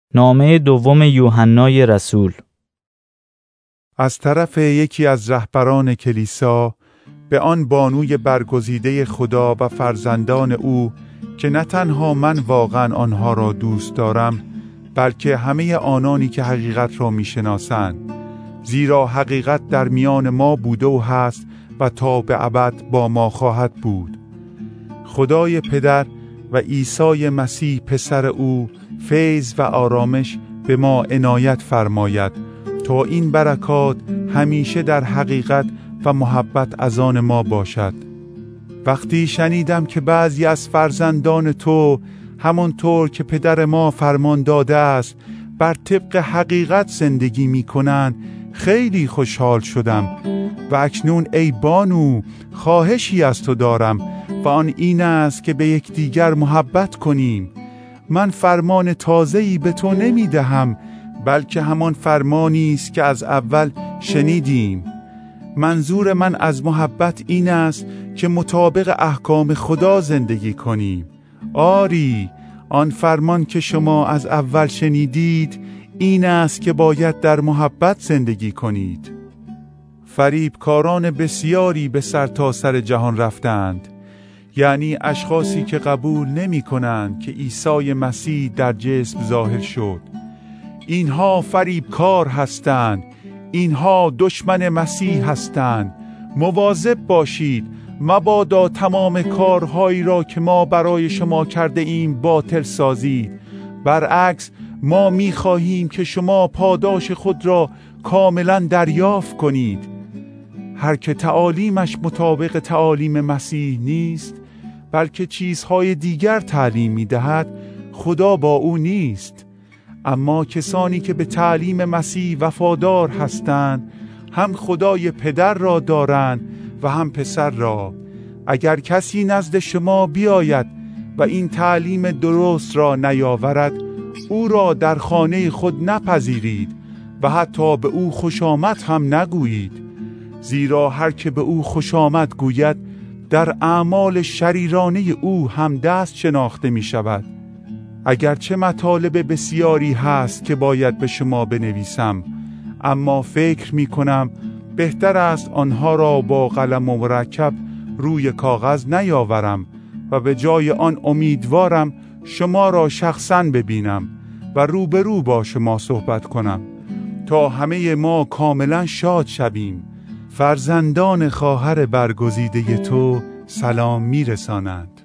نامه دوم یوحنای رسول. از طرف یکی از رهبران کلیسا به آن بانوی برگزیده خدا و فرزندان او که نه تنها من واقعا آنها را دوست دارم، بلکه همه آنانی که حقیقت را میشناسند، زیرا حقیقت در میان ما بوده و هست و تا به ابد با ما خواهد بود. خدای پدر و عیسی مسیح پسر او فیض و آرامش به ما عنایت فرماید تا این برکات همیشه در حقیقت و محبت از آن ما باشد. وقتی شنیدم که بعضی از فرزندان تو همانطور که پدر ما فرمان داده است بر طبق حقیقت زندگی می کنند، خیلی خوشحال شدم. و اکنون ای بانو، خواهشی از تو دارم و آن این است که به یکدیگر محبت کنیم. من فرمان تازه‌ای به تو نمی دهم، بلکه همان فرمانی است که از اول شنیدیم. منظور من از محبت این است که مطابق احکام خدا زندگی کنیم. آری، آن فرمان که شما از اول شنیدید این است که باید در محبت زندگی کنید. فریبکاران بسیاری به سرتاسر جهان رفتند، یعنی اشخاصی که قبول نمی کنند که عیسی مسیح در جسم ظاهر شد. اینها فریبکار هستند، اینها دشمن مسیح هستند. مواظب باشید مبادا تمام کارهایی را که ما برای شما کرده ایم باطل سازید. برعکس ما می خواهیم که شما پاداش خود را کاملا دریافت کنید. هر که تعالیمش مطابق تعالیم مسیح نیست، بلکه چیزهای دیگر تعلیم می دهد، خدا با او نیست. اما کسانی که به تعلیم مسیح وفادار هستند، هم خدای پدر را دارند و هم پسر را. اگر کسی نزد شما بیاید و این تعلیم درست را نیاورد، او را در خانه خود نپذیرید و حتی به او خوش آمد هم نگویید، زیرا هر که به او خوش آمد گوید در اعمال شریرانه او هم دست شناخته می شود. اگرچه مطالب بسیاری هست که باید به شما بنویسم، اما فکر می کنم بهتر است آنها را با قلم و مرکب روی کاغذ نیاورم و به جای آن امیدوارم شما را شخصاً ببینم و روبرو با شما صحبت کنم تا همه ما کاملا شاد شویم. فرزندان خواهر برگزیده تو سلام می رسانند.